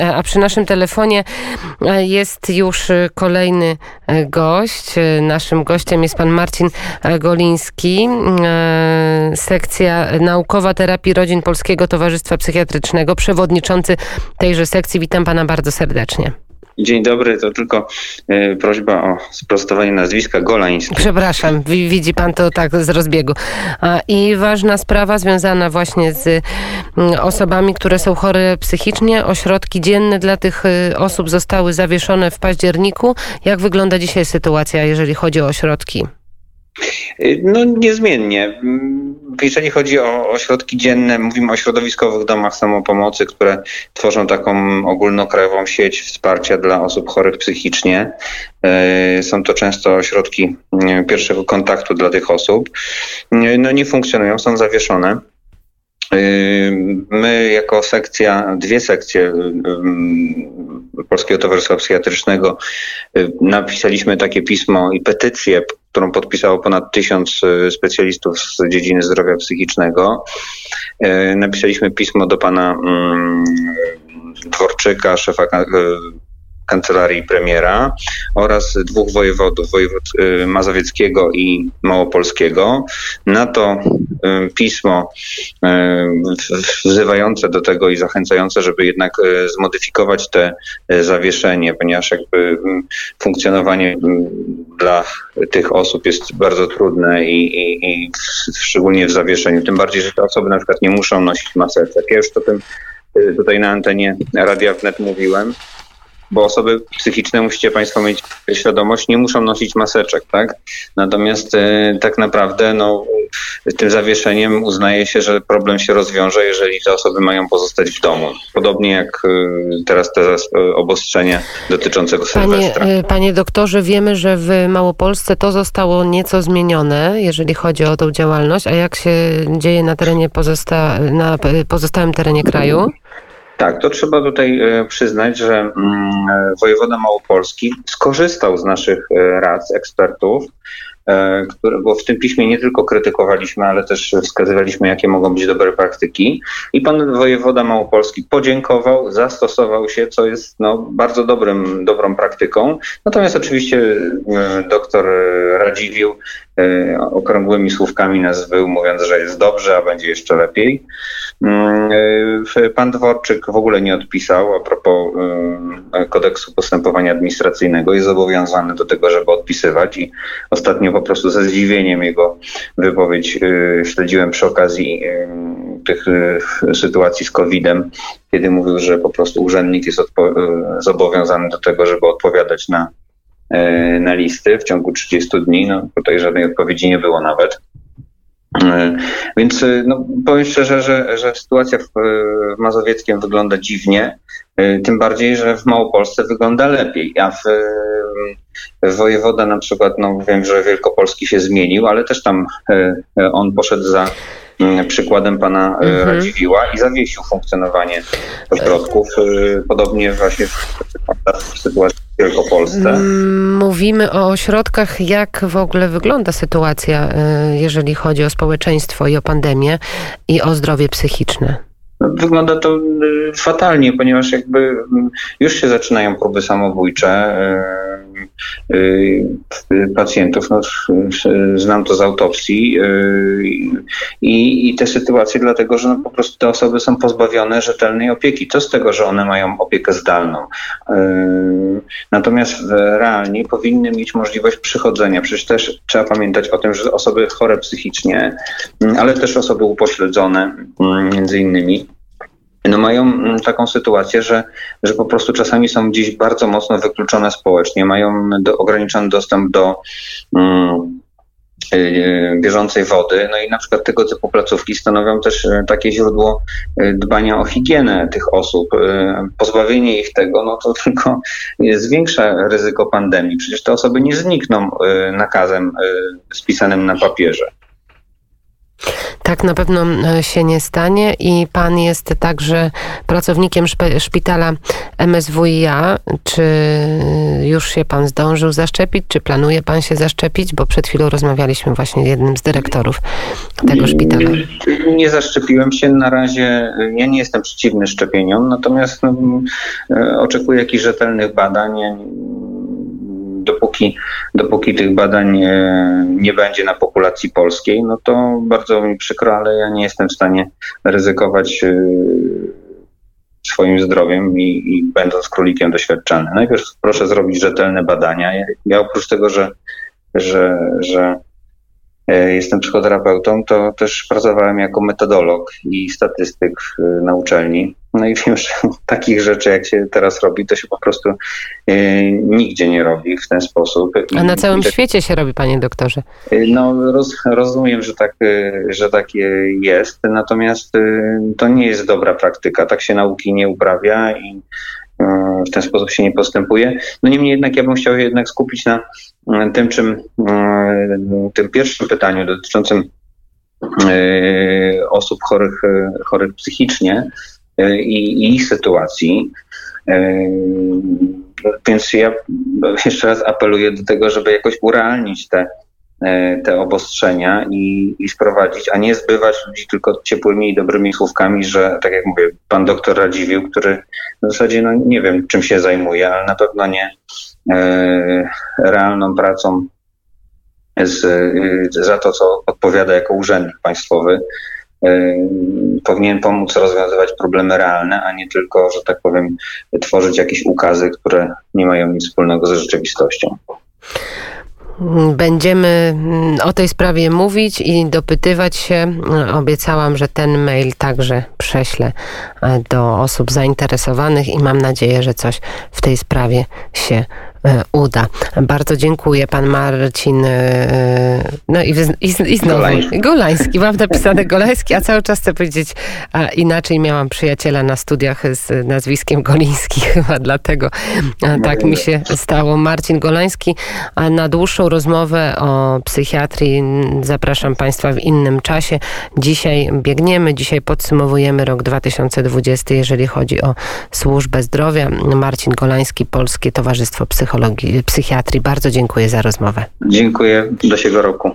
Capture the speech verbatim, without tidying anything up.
a przy naszym telefonie jest już kolejny gość. Naszym gościem jest pan Marcin Goliński, sekcja naukowa terapii rodzin Polskiego Towarzystwa Psychiatrycznego, przewodniczący tejże sekcji. Witam pana bardzo serdecznie. Dzień dobry, to tylko y, prośba o sprostowanie nazwiska Golański. Przepraszam, widzi pan to tak z rozbiegu. A, I ważna sprawa związana właśnie z y, osobami, które są chore psychicznie. Ośrodki dzienne dla tych y, osób zostały zawieszone w październiku. Jak wygląda dzisiaj sytuacja, jeżeli chodzi o ośrodki? No niezmiennie. Jeżeli chodzi o ośrodki dzienne, mówimy o środowiskowych domach samopomocy, które tworzą taką ogólnokrajową sieć wsparcia dla osób chorych psychicznie. Są to często ośrodki pierwszego kontaktu dla tych osób. No nie funkcjonują, są zawieszone. My jako sekcja, dwie sekcje Polskiego Towarzystwa Psychiatrycznego napisaliśmy takie pismo i petycję, którą podpisało ponad tysiąc specjalistów z dziedziny zdrowia psychicznego. Napisaliśmy pismo do pana Dworczyka, szefa kancelarii premiera oraz dwóch wojewodów, wojewód mazowieckiego i małopolskiego. Na to pismo wzywające do tego i zachęcające, żeby jednak zmodyfikować te zawieszenie, ponieważ jakby funkcjonowanie dla tych osób jest bardzo trudne i, i, i szczególnie w zawieszeniu. Tym bardziej, że te osoby na przykład nie muszą nosić maseczek. Ja już o tym tutaj na antenie Radia Wnet mówiłem. Bo osoby psychiczne, musicie państwo mieć świadomość, nie muszą nosić maseczek, tak? Natomiast y, tak naprawdę no, tym zawieszeniem uznaje się, że problem się rozwiąże, jeżeli te osoby mają pozostać w domu. Podobnie jak y, teraz te y, obostrzenia dotyczącego Sylwestra. Panie, panie doktorze, wiemy, że w Małopolsce to zostało nieco zmienione, jeżeli chodzi o tą działalność, a jak się dzieje na terenie pozosta- na pozostałym terenie kraju? Tak, to trzeba tutaj przyznać, że wojewoda małopolski skorzystał z naszych rad ekspertów, które, bo w tym piśmie nie tylko krytykowaliśmy, ale też wskazywaliśmy, jakie mogą być dobre praktyki. I pan wojewoda małopolski podziękował, zastosował się, co jest no, bardzo dobrym, dobrą praktyką. Natomiast oczywiście doktor Radziwiłł okrągłymi słówkami nas zbył, mówiąc, że jest dobrze, a będzie jeszcze lepiej. Pan Dworczyk w ogóle nie odpisał a propos kodeksu postępowania administracyjnego. Jest zobowiązany do tego, żeby odpisywać i ostatnio po prostu ze zdziwieniem jego wypowiedź śledziłem przy okazji tych sytuacji z kowidem, kiedy mówił, że po prostu urzędnik jest odpo- zobowiązany do tego, żeby odpowiadać na, na listy w ciągu trzydziestu dni. No, tutaj żadnej odpowiedzi nie było nawet. Więc no, powiem szczerze, że, że sytuacja w, w Mazowieckiem wygląda dziwnie, tym bardziej, że w Małopolsce wygląda lepiej. A w, w wojewoda na przykład, no wiem, że Wielkopolski się zmienił, ale też tam on poszedł za przykładem pana mhm. Radziwiłła i zawiesił funkcjonowanie ośrodków. Podobnie właśnie w, w sytuacji w Wielkopolsce. Mówimy o ośrodkach. Jak w ogóle wygląda sytuacja, jeżeli chodzi o społeczeństwo i o pandemię i o zdrowie psychiczne? Wygląda to fatalnie, ponieważ jakby już się zaczynają próby samobójcze pacjentów. No, znam to z autopsji i, i te sytuacje dlatego, że no, po prostu te osoby są pozbawione rzetelnej opieki. Co z tego, że one mają opiekę zdalną? Natomiast realnie powinny mieć możliwość przychodzenia. Przecież też trzeba pamiętać o tym, że osoby chore psychicznie, ale też osoby upośledzone między innymi, no mają taką sytuację, że, że po prostu czasami są gdzieś bardzo mocno wykluczone społecznie, mają do, ograniczony dostęp do um, bieżącej wody. No i na przykład tego typu placówki stanowią też takie źródło dbania o higienę tych osób. Pozbawienie ich tego, no to tylko zwiększa ryzyko pandemii. Przecież te osoby nie znikną nakazem spisanym na papierze. Tak na pewno się nie stanie i pan jest także pracownikiem szpe- szpitala M S W i A. Czy już się pan zdążył zaszczepić? Czy planuje pan się zaszczepić? Bo przed chwilą rozmawialiśmy właśnie z jednym z dyrektorów tego szpitala. Nie, nie zaszczepiłem się na razie. Ja nie jestem przeciwny szczepieniom, natomiast no, oczekuję jakichś rzetelnych badań. Dopóki, dopóki tych badań nie będzie na populacji polskiej, no to bardzo mi przykro, ale ja nie jestem w stanie ryzykować swoim zdrowiem i, i będąc królikiem doświadczalnym. Najpierw proszę zrobić rzetelne badania. Ja, ja oprócz tego, że, że, że jestem psychoterapeutą, to też pracowałem jako metodolog i statystyk na uczelni. No i wiem, że takich rzeczy, jak się teraz robi, to się po prostu e, nigdzie nie robi w ten sposób. A na całym I tak, świecie się robi, panie doktorze. No roz, rozumiem, że tak, że tak jest, natomiast to nie jest dobra praktyka. Tak się nauki nie uprawia i w ten sposób się nie postępuje. No niemniej jednak ja bym chciał się jednak skupić na tym, czym, tym pierwszym pytaniu dotyczącym osób chorych, chorych psychicznie i, i ich sytuacji. Więc ja jeszcze raz apeluję do tego, żeby jakoś urealnić te, te obostrzenia i, i wprowadzić, a nie zbywać ludzi tylko ciepłymi i dobrymi słówkami, że tak jak mówię, pan doktor Radziwiłł, który w zasadzie no nie wiem czym się zajmuje, ale na pewno nie e, realną pracą z, za to, co odpowiada jako urzędnik państwowy, e, powinien pomóc rozwiązywać problemy realne, a nie tylko, że tak powiem, tworzyć jakieś ukazy, które nie mają nic wspólnego ze rzeczywistością. Będziemy o tej sprawie mówić i dopytywać się. Obiecałam, że ten mail także prześlę do osób zainteresowanych i mam nadzieję, że coś w tej sprawie się uda. Bardzo dziękuję. Pan Marcin no i, i, i znowu Golański. Golański. Mam napisane Golański, a cały czas chcę powiedzieć a inaczej. Miałam przyjaciela na studiach z nazwiskiem Goliński, chyba dlatego tak mi się stało. Marcin Golański. A na dłuższą rozmowę o psychiatrii zapraszam Państwa w innym czasie. Dzisiaj biegniemy, dzisiaj podsumowujemy rok dwa tysiące dwudziesty, jeżeli chodzi o służbę zdrowia. Marcin Golański, Polskie Towarzystwo Psychologii, Psychiatrii. Bardzo dziękuję za rozmowę. Dziękuję. Do siego roku.